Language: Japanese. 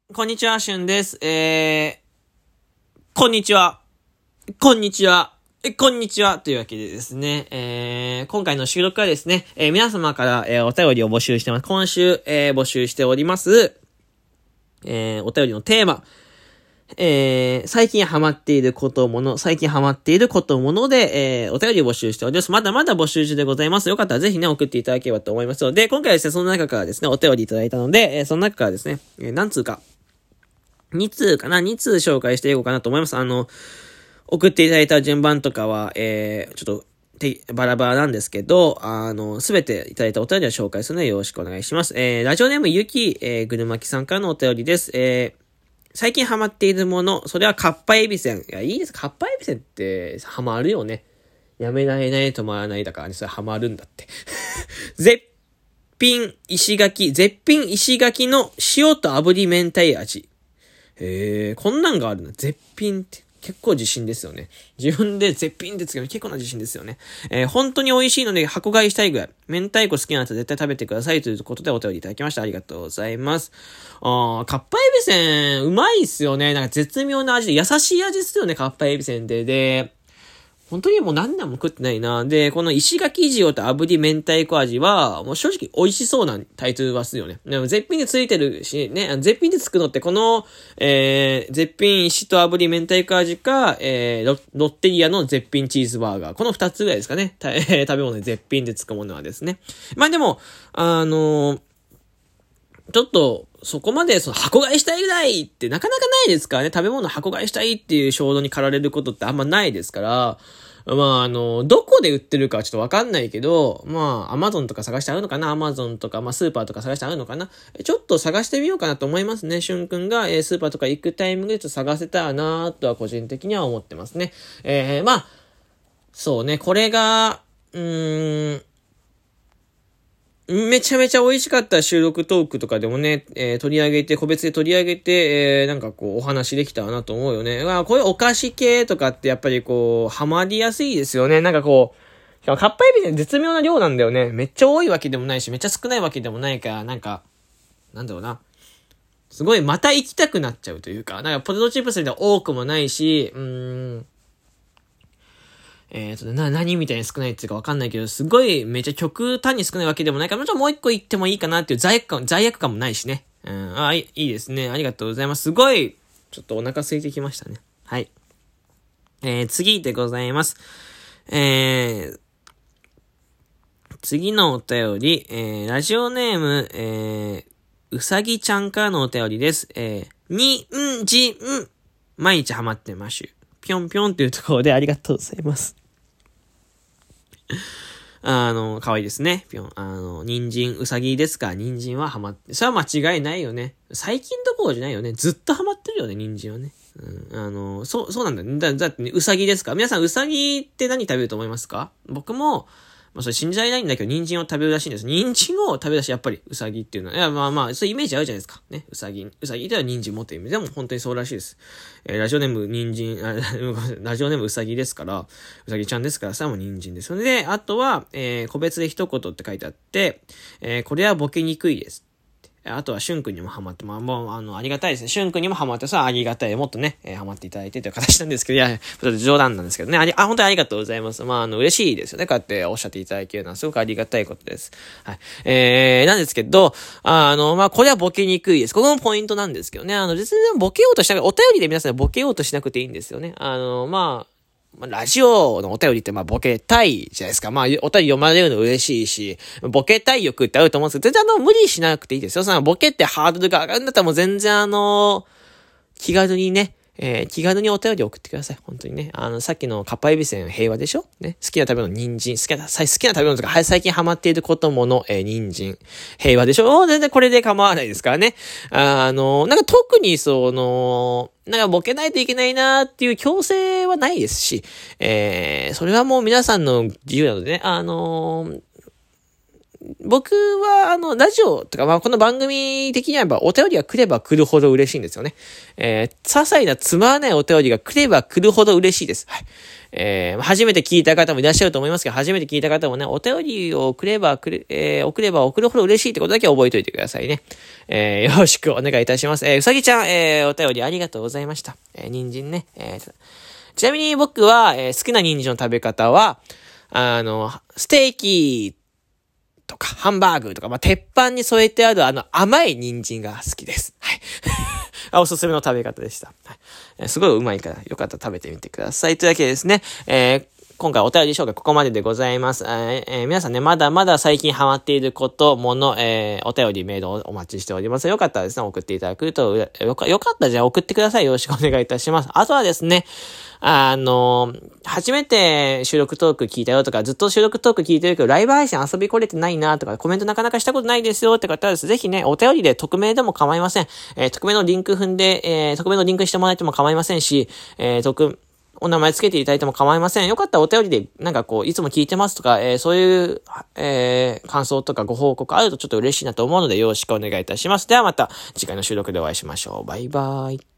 こんにちは、しゅんです。こんにちは。こんにちは。こんにちは。というわけでですね、今回の収録はですね、皆様から、お便りを募集してます。今週、募集しております。お便りのテーマ。最近ハマっていることもので、お便りを募集しております。まだまだ募集中でございます。よかったらぜひね、送っていただければと思いますので、今回はですね、その中からですね、お便りいただいたので、その中からですね、何通か、2通紹介していこうかなと思います。送っていただいた順番とかは、ちょっと、バラバラなんですけど、すべていただいたお便りを紹介するのでよろしくお願いします。ラジオネームゆき、ぐるまきさんからのお便りです。最近ハマっているもの、それはカッパエビせん。いや、いいです。カッパエビせんって、ハマるよね。やめられない、止まらないだからね、それハマるんだって。絶品石垣の塩と炙り明太味。こんなんがあるの。絶品って結構自信ですよね。自分で絶品ってつけるの結構な自信ですよね。本当に美味しいので箱買いしたいぐらい。明太子好きな方は絶対食べてくださいということでお便りいただきました。ありがとうございます。カッパエビせん、うまいっすよね。なんか絶妙な味で、優しい味ですよね、カッパエビせんで、本当にもう何年も食ってないな。で、この石垣塩と炙り明太子味は、もう正直美味しそうなタイトルはするよね。でも絶品でついてるし、ね、絶品でつくのってこの、絶品石と炙り明太子味か、ロッテリアの絶品チーズバーガー。この2つぐらいですかね。食べ物で絶品でつくものはですね。まあでも、ちょっと、そこまで箱買いしたいぐらいってなかなかないですからね。食べ物箱買いしたいっていう衝動に駆られることってあんまないですから、まあどこで売ってるかはちょっとわかんないけど、まあ、アマゾンとか探してあるのかな、アマゾンとか、まあ、スーパーとか探してあるのかな、ちょっと探してみようかなと思いますね。しゅんくんが、スーパーとか行くタイミングでちょっと探せたらなとは個人的には思ってますね。まあ、そうね、これが、めちゃめちゃ美味しかった収録トークとかでもね、取り上げて、個別で取り上げて、なんかこう、お話できたらなと思うよね。こういうお菓子系とかってやっぱりこう、ハマりやすいですよね。なんかこう、カッパエビって絶妙な量なんだよね。めっちゃ多いわけでもないし、めっちゃ少ないわけでもないから、なんか、なんだろうな。すごいまた行きたくなっちゃうというか、なんかポテトチップスで多くもないし、何みたいに少ないっていうかわかんないけど、すごいめっちゃ極端に少ないわけでもないから、もう一個言ってもいいかなっていう罪悪感もないしね。いいですね。ありがとうございます。すごい、ちょっとお腹空いてきましたね。はい。次でございます。次のお便り、ラジオネーム、うさぎちゃんからのお便りです。にんじん、毎日ハマってましゅ。ぴょんぴょんっていうところでありがとうございます。可愛いですね。ぴょん。人参、うさぎですか？人参はハマって、それは間違いないよね。最近どころじゃないよね。ずっとハマってるよね、人参はね。そうなんだよね。だってね、うさぎですか？皆さん、うさぎって何食べると思いますか？僕も、まあ、それ信じられないんだけど、人参を食べるらしいんです。人参を食べるらしい、やっぱり、うさぎっていうのは。いや、まあ、そういうイメージあるじゃないですか。ね。うさぎでは人参持っている意味でも本当にそうらしいです。ラジオネーム人参、ラジオネームうさぎですから、うさぎちゃんですから、さも人参ですよね。で、あとは、個別で一言って書いてあって、これはボケにくいです。あとは、しゅんくんにもハマって、もう、ありがたいですね。しゅんくんにもハマってさ、ありがたい。もっとね、ハマっていただいてという形なんですけど、いや、ちょっと冗談なんですけどね。本当にありがとうございます。嬉しいですよね。こうやっておっしゃっていただけるのはすごくありがたいことです。はい。なんですけど、これはボケにくいです。ここもポイントなんですけどね。別にボケようとしなくて、お便りで皆さんボケようとしなくていいんですよね。ラジオのお便りってボケたいじゃないですか。お便り読まれるの嬉しいし、ボケたい欲ってあると思うんですけど、全然無理しなくていいですよ。ボケってハードルが上がるんだったらもう全然気軽にね、気軽にお便り送ってください。本当にね。さっきのカッパエビせん平和でしょね。好きな食べ物、人参。好きな食べ物とか、最近ハマっていることもの、人参。平和でしょ全然これで構わないですからね。なんか特になんかボケないといけないなーっていう強制はないですし、それはもう皆さんの自由なのでね、 僕は、ラジオとか、まあ、この番組的にはやっぱお便りが来れば来るほど嬉しいんですよね。些細なつまらないお便りが来れば来るほど嬉しいです。はい。初めて聞いた方もいらっしゃると思いますけど、初めて聞いた方もね、お便りを送れば送るほど嬉しいってことだけ覚えておいてくださいね。よろしくお願いいたします。うさぎちゃん、お便りありがとうございました。人参ね。ちなみに僕は、好きな人参の食べ方は、ステーキとか、ハンバーグとか、まあ、鉄板に添えてある甘い人参が好きです。はい。おすすめの食べ方でした。はい。すごいうまいから、よかったら食べてみてください。というわけでですね、今回お便り紹介ここまででございます。皆さんね、まだまだ最近ハマっていること、お便りメールをお待ちしております。よかったらですね、送っていただくと、よかったらじゃあ送ってください。よろしくお願いいたします。あとはですね、初めて収録トーク聞いたよとか、ずっと収録トーク聞いてるけど、ライブ配信遊び来れてないなとか、コメントなかなかしたことないですよって方はですね、ぜひね、お便りで匿名でも構いません。匿名のリンク踏んで、匿名のリンクしてもらえても構いませんし、お名前つけていただいても構いません。よかったらお便りで、なんかこう、いつも聞いてますとか、そういう、感想とかご報告あるとちょっと嬉しいなと思うので、よろしくお願いいたします。ではまた、次回の収録でお会いしましょう。バイバーイ。